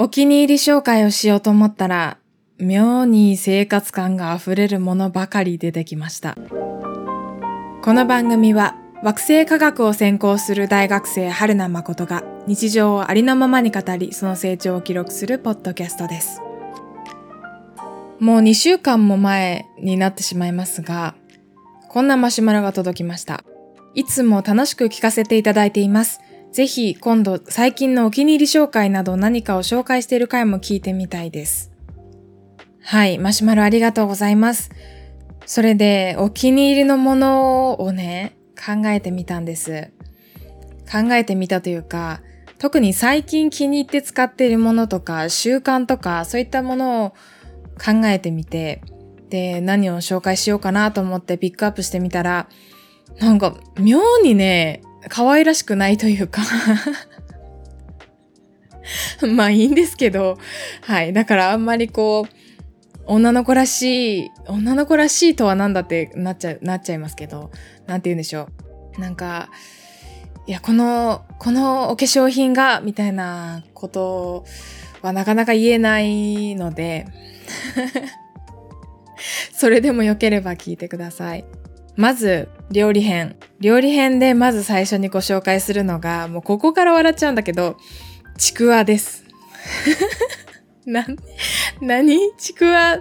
お気に入り紹介をしようと思ったら、妙に生活感があふれるものばかり出てきました。この番組は惑星科学を専攻する大学生春名誠が日常をありのままに語り、その成長を記録するポッドキャストです。もう2週間も前になってしまいますが、こんなマシュマロが届きました。いつも楽しく聞かせていただいています。ぜひ今度最近のお気に入り紹介など何かを紹介している回も聞いてみたいです。はい、マシュマロありがとうございます。それでお気に入りのものをね、考えてみたんです。考えてみたというか、特に最近気に入って使っているものとか習慣とかそういったものを考えてみて、で、何を紹介しようかなと思ってピックアップしてみたら、なんか妙にね、可愛らしくないというかまあいいんですけど、はい。だからあんまり女の子らしいとはなんだってなっちゃいますけど、なんて言うんでしょう。なんか、いや、このお化粧品が、みたいなことはなかなか言えないので、それでもよければ聞いてください。まず、料理編でまず最初にご紹介するのが、もうここから笑っちゃうんだけど、ちくわです。何ちくわ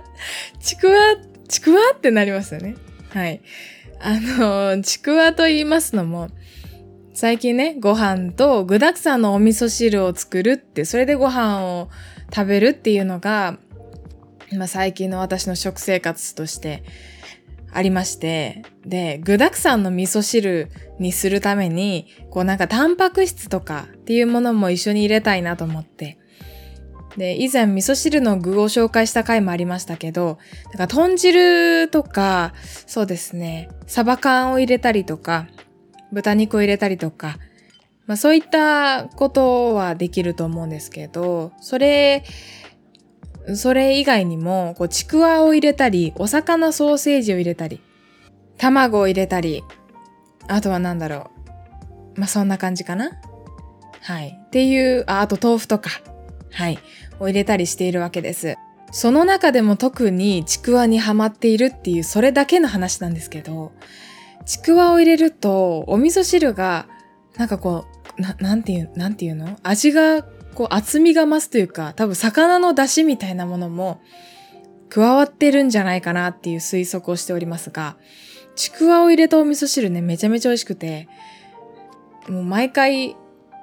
ってなりますよね。はい。ちくわと言いますのも、最近ね、ご飯と具沢山のお味噌汁を作るって、それでご飯を食べるっていうのが、最近の私の食生活としてありまして、で、具沢山の味噌汁にするために、タンパク質とかっていうものも一緒に入れたいなと思って。で、以前味噌汁の具を紹介した回もありましたけど、豚汁とか、そうですね、サバ缶を入れたりとか、豚肉を入れたりとか、そういったことはできると思うんですけど、それ以外にも、ちくわを入れたり、お魚ソーセージを入れたり、卵を入れたり、あとはそんな感じかな。はい。っていう、あと豆腐とか、はい、を入れたりしているわけです。その中でも特にちくわにハマっているっていう、それだけの話なんですけど、ちくわを入れると、お味噌汁が、なんていうの？味が、厚みが増すというか、多分魚の出汁みたいなものも加わってるんじゃないかなっていう推測をしておりますが、ちくわを入れたお味噌汁ね、めちゃめちゃ美味しくて、もう毎回、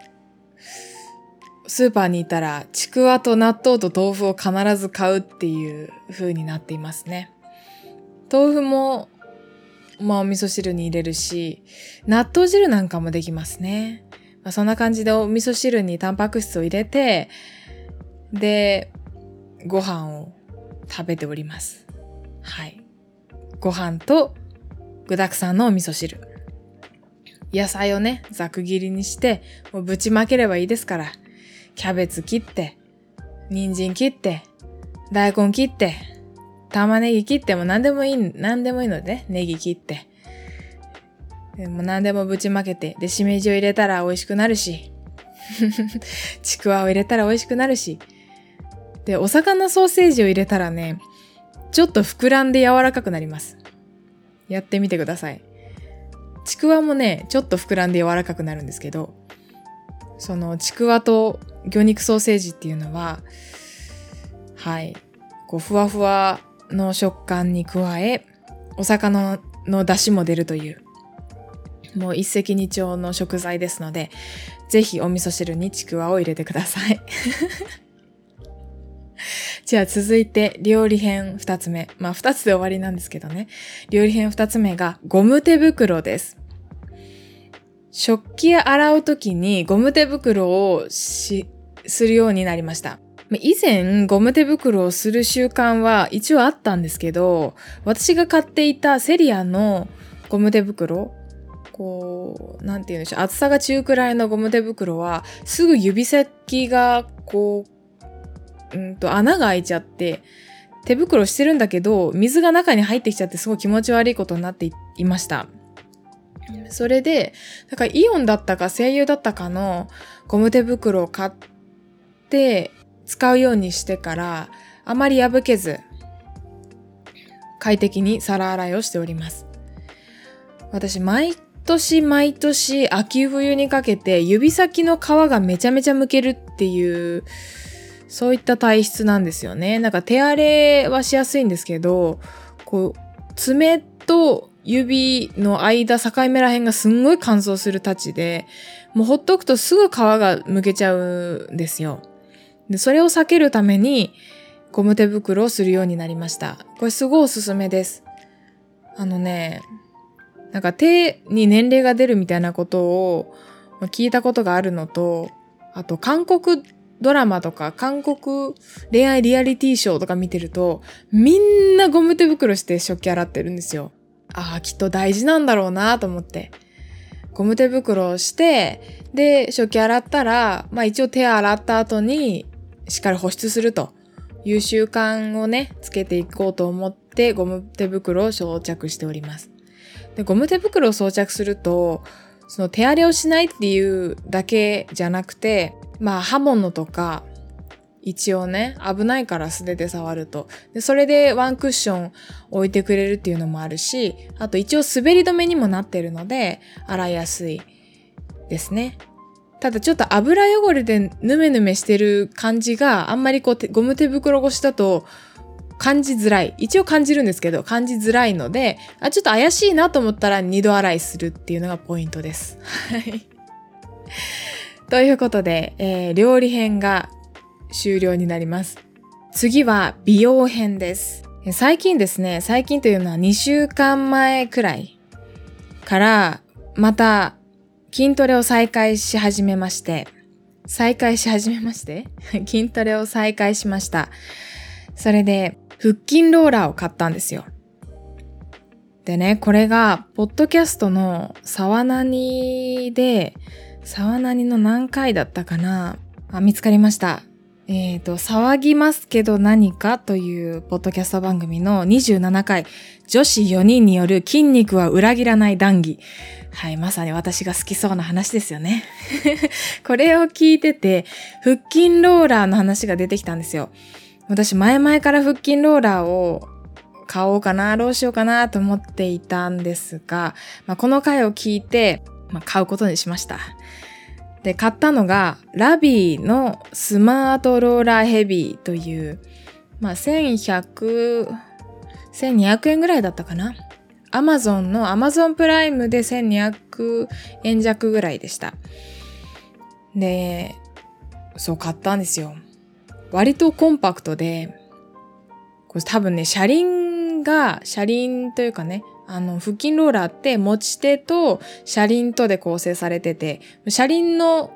スーパーに行ったら、ちくわと納豆と豆腐を必ず買うっていう風になっていますね。豆腐も、お味噌汁に入れるし、納豆汁なんかもできますね。そんな感じでお味噌汁にタンパク質を入れて、で、ご飯を食べております。はい。ご飯と具沢山のお味噌汁。野菜をね、ざく切りにして、もうぶちまければいいですから。キャベツ切って、人参切って、大根切って、玉ねぎ切っても何でもいいのでね、ネギ切って。でも何でもぶちまけて、で、しめじを入れたら美味しくなるし、ちくわを入れたら美味しくなるし、で、お魚ソーセージを入れたらね、ちょっと膨らんで柔らかくなります。やってみてください。ちくわもね、ちょっと膨らんで柔らかくなるんですけど、そのちくわと魚肉ソーセージっていうのは、はい、ふわふわの食感に加え、お魚の出汁も出るという、もう一石二鳥の食材ですので、ぜひお味噌汁にちくわを入れてください。じゃあ続いて料理編2つ目。2つで終わりなんですけどね。料理編2つ目がゴム手袋です。食器洗うときにゴム手袋をするようになりました。以前ゴム手袋をする習慣は一応あったんですけど、私が買っていたセリアのゴム手袋、なんて言うんでしょう、厚さが中くらいのゴム手袋はすぐ指先が穴が開いちゃって、手袋してるんだけど水が中に入ってきちゃってすごい気持ち悪いことになっていました。それで、イオンだったか西友だったかのゴム手袋を買って使うようにしてからあまり破けず快適に皿洗いをしております。私毎年秋冬にかけて指先の皮がめちゃめちゃむけるっていうそういった体質なんですよね。なんか手荒れはしやすいんですけど、こう爪と指の間境目らへんがすんごい乾燥するたちで、もうほっとくとすぐ皮がむけちゃうんですよ。で、それを避けるためにゴム手袋をするようになりました。これすごいおすすめです。なんか手に年齢が出るみたいなことを聞いたことがあるのと、あと韓国ドラマとか韓国恋愛リアリティショーとか見てると、みんなゴム手袋して食器洗ってるんですよ。きっと大事なんだろうなと思って。ゴム手袋をして、で、食器洗ったら、一応手洗った後にしっかり保湿するという習慣をね、つけていこうと思ってゴム手袋を装着しております。で、ゴム手袋を装着すると、その手荒れをしないっていうだけじゃなくて、刃物とか、一応ね、危ないから素手で触ると。で、それでワンクッション置いてくれるっていうのもあるし、あと一応滑り止めにもなってるので、洗いやすいですね。ただちょっと油汚れでヌメヌメしてる感じがあんまりゴム手袋越しだと感じづらい。一応感じるんですけど、感じづらいので、ちょっと怪しいなと思ったら二度洗いするっていうのがポイントです。はい。ということで、料理編が終了になります。次は美容編です。最近というのは2週間前くらいからまた筋トレを再開し始めまして筋トレを再開しました。それで腹筋ローラーを買ったんですよ。でね、これがポッドキャストの沢なにの何回だったかな、見つかりました。騒ぎますけど何かというポッドキャスト番組の27回、女子4人による筋肉は裏切らない談義。はい、まさに私が好きそうな話ですよね。これを聞いてて、腹筋ローラーの話が出てきたんですよ。私前々から腹筋ローラーを買おうかな、どうしようかなと思っていたんですが、この回を聞いて、買うことにしました。で、買ったのがラビーのスマートローラーヘビーという、1200円ぐらいだったかな。アマゾンプライムで1200円弱ぐらいでした。で、そう買ったんですよ。割とコンパクトで、これ多分ね、車輪というかね、腹筋ローラーって持ち手と車輪とで構成されてて、車輪の、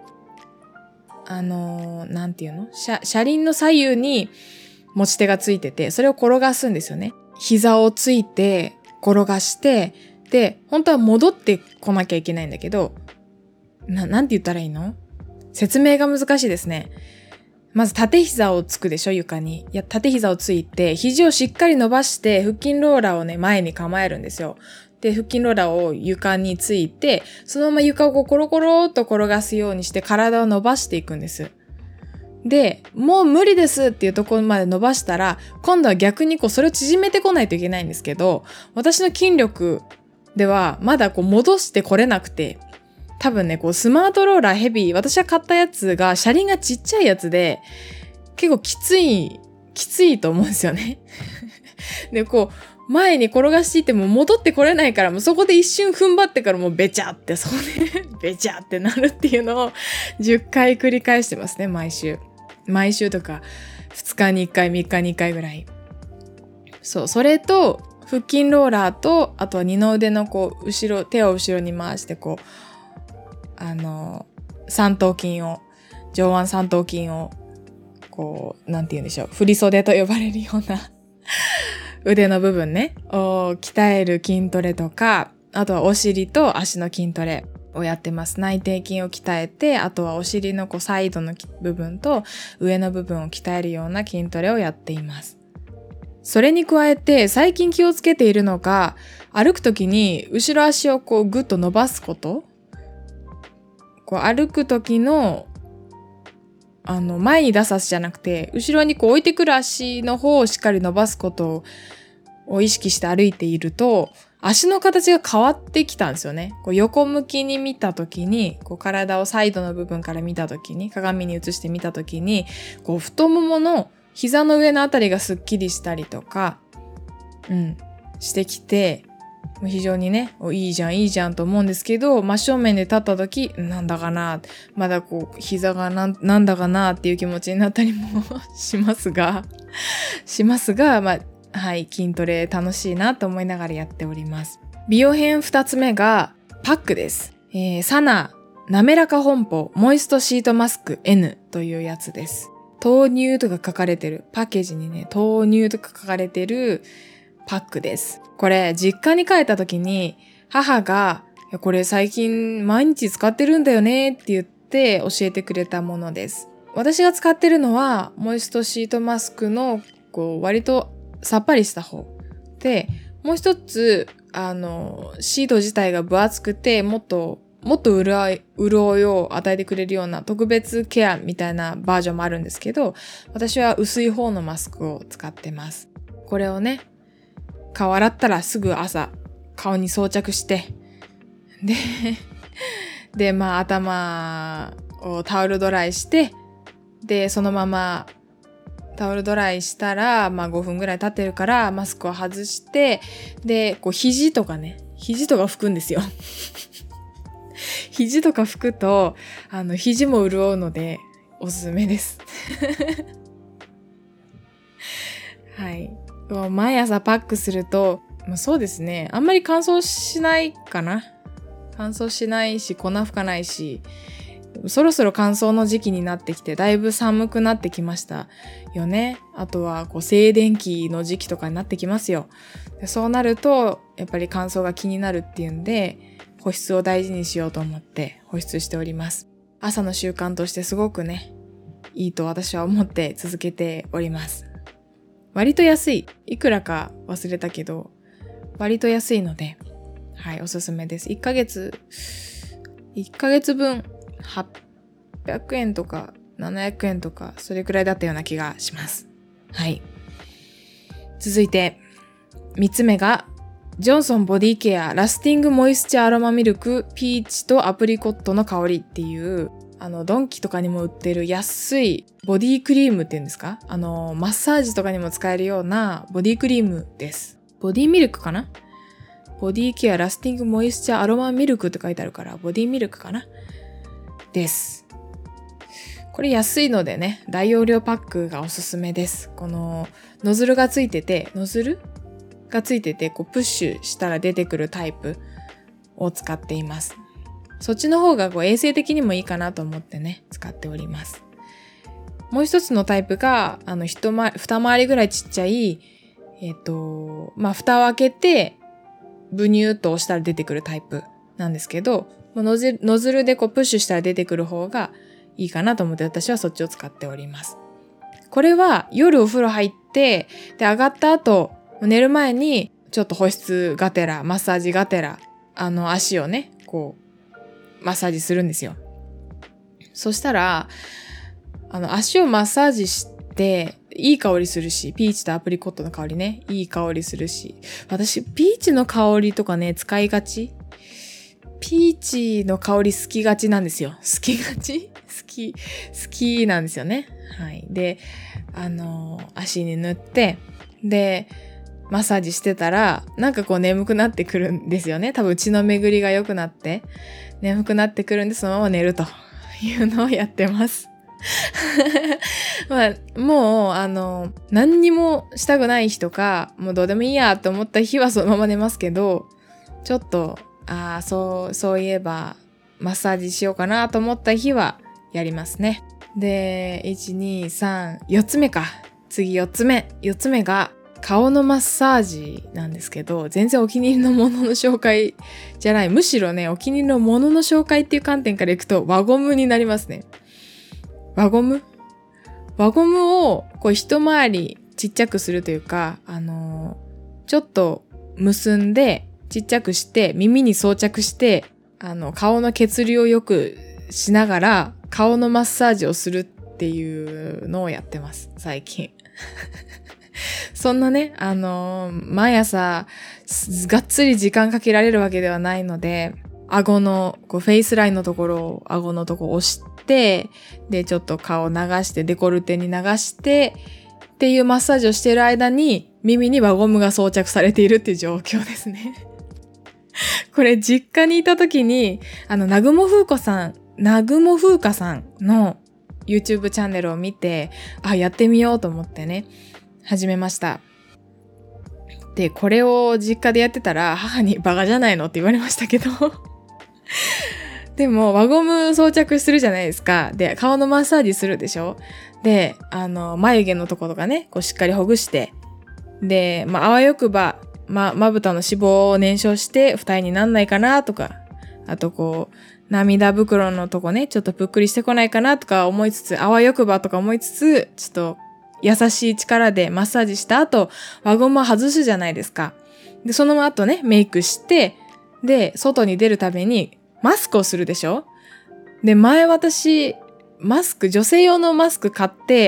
車輪の左右に持ち手がついてて、それを転がすんですよね。膝をついて、転がして、で、本当は戻ってこなきゃいけないんだけど、なんて言ったらいいの？説明が難しいですね。まず縦膝をつくでしょ、床に。縦膝をついて、肘をしっかり伸ばして、腹筋ローラーをね、前に構えるんですよ。で、腹筋ローラーを床について、そのまま床をコロコロっと転がすようにして体を伸ばしていくんです。で、もう無理ですっていうところまで伸ばしたら、今度は逆にそれを縮めてこないといけないんですけど、私の筋力ではまだ戻してこれなくて、多分ね、スマートローラーヘビー、私が買ったやつが車輪がちっちゃいやつで、結構きついと思うんですよね。で、前に転がしていっても戻ってこれないから、もうそこで一瞬踏ん張ってからもうベチャって、ベチャってなるっていうのを10回繰り返してますね、毎週。毎週とか、2日に1回、3日に1回ぐらい。そう、それと、腹筋ローラーと、あとは二の腕の手を後ろに回して三頭筋を、上腕三頭筋を、なんて言うんでしょう、振り袖と呼ばれるような腕の部分ね、を鍛える筋トレとか、あとはお尻と足の筋トレをやってます。内転筋を鍛えて、あとはお尻のサイドの部分と上の部分を鍛えるような筋トレをやっています。それに加えて、最近気をつけているのが、歩くときに後ろ足をぐっと伸ばすこと。歩く時の前に出す足じゃなくて、後ろにこう置いてくる足の方をしっかり伸ばすことを意識して歩いていると、足の形が変わってきたんですよね。こう横向きに見たときに、こう体をサイドの部分から見たときに、鏡に映してみたときに、こう太ももの膝の上のあたりがスッキリしたりとか、してきて、非常にね、いいじゃんと思うんですけど、真正面で立った時、なんだかな、まだこう、膝がなんだかなっていう気持ちになったりもしますが、はい、筋トレ楽しいなと思いながらやっております。美容編2つ目が、パックです。サナ、滑らか本舗、モイストシートマスク N というやつです。豆乳とか書かれてる、パッケージにね、豆乳とか書かれてる、パックです。これ、実家に帰った時に、母が、これ最近毎日使ってるんだよねって言って教えてくれたものです。私が使ってるのは、モイストシートマスクの、割とさっぱりした方。で、もう一つ、シート自体が分厚くて、もっと潤いを与えてくれるような特別ケアみたいなバージョンもあるんですけど、私は薄い方のマスクを使ってます。これをね、顔洗ったらすぐ朝顔に装着してで頭をタオルドライしてでそのままタオルドライしたら5分ぐらい経ってるからマスクを外してでこう肘とか拭くんですよ肘とか拭くと肘も潤うのでおすすめですはい毎朝パックすると、そうですね。あんまり乾燥しないかな。乾燥しないし、粉吹かないし、そろそろ乾燥の時期になってきて、だいぶ寒くなってきましたよね。あとは、静電気の時期とかになってきますよ。でそうなると、やっぱり乾燥が気になるっていうんで、保湿を大事にしようと思って保湿しております。朝の習慣としてすごくね、いいと私は思って続けております。割と安い。いくらか忘れたけど、割と安いので、はい、おすすめです。1ヶ月分800円とか700円とか、それくらいだったような気がします。はい。続いて、3つ目が、ジョンソンボディケアラスティングモイスチャーアロマミルクピーチとアプリコットの香りっていう、ドンキとかにも売ってる安いボディクリームっていうんですか？マッサージとかにも使えるようなボディクリームです。ボディミルクかな？ボディケアラスティングモイスチャーアロマミルクって書いてあるから、ボディミルクかな？です。これ安いのでね、大容量パックがおすすめです。このノズルがついてて、こうプッシュしたら出てくるタイプを使っています。そっちの方が衛生的にもいいかなと思ってね、使っております。もう一つのタイプが、二回りぐらいちっちゃい、蓋を開けて、ブニューっと押したら出てくるタイプなんですけど、ノズルでプッシュしたら出てくる方がいいかなと思って私はそっちを使っております。これは夜お風呂入って、で、上がった後、寝る前にちょっと保湿がてら、マッサージがてら、足をね、マッサージするんですよ。そしたら、足をマッサージして、いい香りするし、ピーチとアプリコットの香りね、いい香りするし、私、ピーチの香りとかね、使いがち？ピーチの香り好きがちなんですよ。好きなんですよね。はい。で、足に塗って、で、マッサージしてたら、なんか眠くなってくるんですよね。多分血の巡りが良くなって、眠くなってくるんで、そのまま寝るというのをやってます。もう、何にもしたくない日とか、もうどうでもいいやと思った日はそのまま寝ますけど、ちょっと、そういえば、マッサージしようかなと思った日はやりますね。で、1、2、3、4つ目か。次4つ目。4つ目が、顔のマッサージなんですけど、全然お気に入りのものの紹介じゃない。むしろね、お気に入りのものの紹介っていう観点からいくと、輪ゴムになりますね。輪ゴムを一回りちっちゃくするというか、ちょっと結んでちっちゃくして耳に装着して、顔の血流を良くしながら顔のマッサージをするってっていうのをやってます、最近。そんなね、毎朝、がっつり時間かけられるわけではないので、顎の、フェイスラインのところを、顎のところを押して、で、ちょっと顔を流して、デコルテに流して、っていうマッサージをしている間に、耳に輪ゴムが装着されているっていう状況ですね。これ、実家にいた時に、南雲風花さんの YouTube チャンネルを見て、やってみようと思ってね、始めました。で、これを実家でやってたら、母にバカじゃないのって言われましたけど。でも、輪ゴム装着するじゃないですか。で、顔のマッサージするでしょ。で、眉毛のところがね、しっかりほぐして、で、あわよくば、まぶたの脂肪を燃焼して二重になんないかなとか、あと涙袋のとこね、ちょっとぷっくりしてこないかなとか思いつつ、あわよくばとか思いつつ、ちょっと優しい力でマッサージした後、輪ゴムを外すじゃないですか。で、その後ね、メイクして、で、外に出るためにマスクをするでしょ。で、前私、女性用のマスク買って、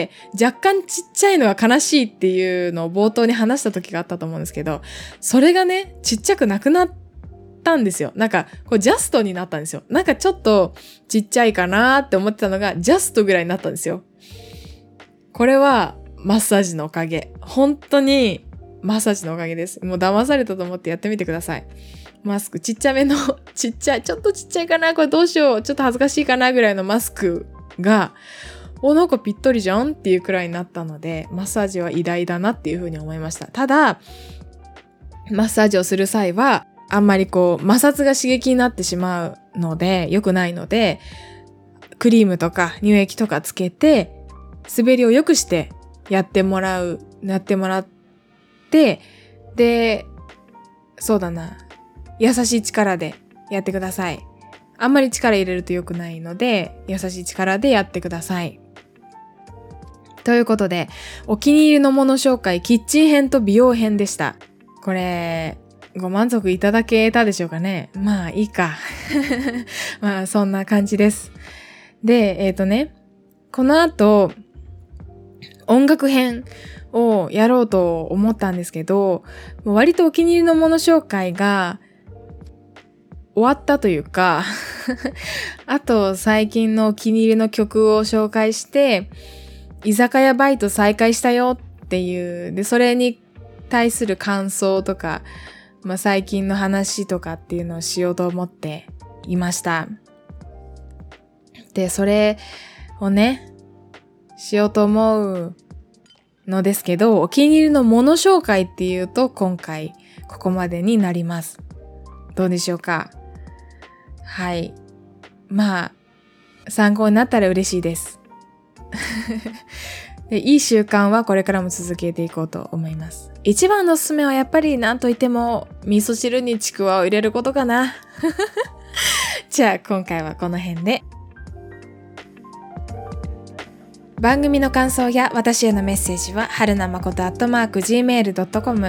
若干ちっちゃいのが悲しいっていうのを冒頭に話した時があったと思うんですけど、それがね、ちっちゃくなくなったんですよ。なんか、ジャストになったんですよ。なんかちょっとちっちゃいかなって思ってたのが、ジャストぐらいになったんですよ。これは、マッサージのおかげ。本当に、マッサージのおかげです。もう騙されたと思ってやってみてください。マスク、ちっちゃめの、ちょっとちっちゃいかなこれどうしよう。ちょっと恥ずかしいかなぐらいのマスクが、なんかぴったりじゃんっていうくらいになったので、マッサージは偉大だなっていうふうに思いました。ただ、マッサージをする際は、あんまり摩擦が刺激になってしまうので、良くないので、クリームとか乳液とかつけて、滑りを良くしてやってもらって、で、そうだな、優しい力でやってください。あんまり力入れると良くないので、優しい力でやってください。ということで、お気に入りのもの紹介、キッチン編と美容編でした。これ、ご満足いただけたでしょうかね。まあいいか。まあそんな感じです。で、この後、音楽編をやろうと思ったんですけど、割とお気に入りのもの紹介が終わったというか、あと最近のお気に入りの曲を紹介して、居酒屋バイト再開したよっていう、で、それに対する感想とか、最近の話とかっていうのをしようと思っていました。で、それをね、しようと思うのですけど、お気に入りのもの紹介っていうと今回ここまでになります。どうでしょうか？はい。参考になったら嬉しいです。で、いい習慣はこれからも続けていこうと思います。一番のおすすめはやっぱり何といっても味噌汁にちくわを入れることかな。じゃあ今回はこの辺で。番組の感想や私へのメッセージはharunamakoto@gmail.com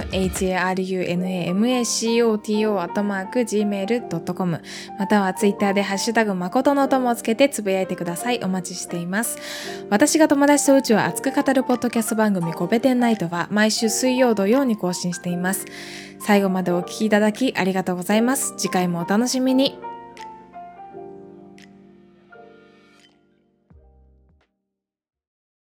harunamacoto@gmail.com またはツイッターでハッシュタグ誠の友をつけてつぶやいてください。お待ちしています。私が友達と宇宙を熱く語るポッドキャスト番組コペテンナイトは毎週水曜土曜に更新しています。最後までお聞きいただきありがとうございます。次回もお楽しみに。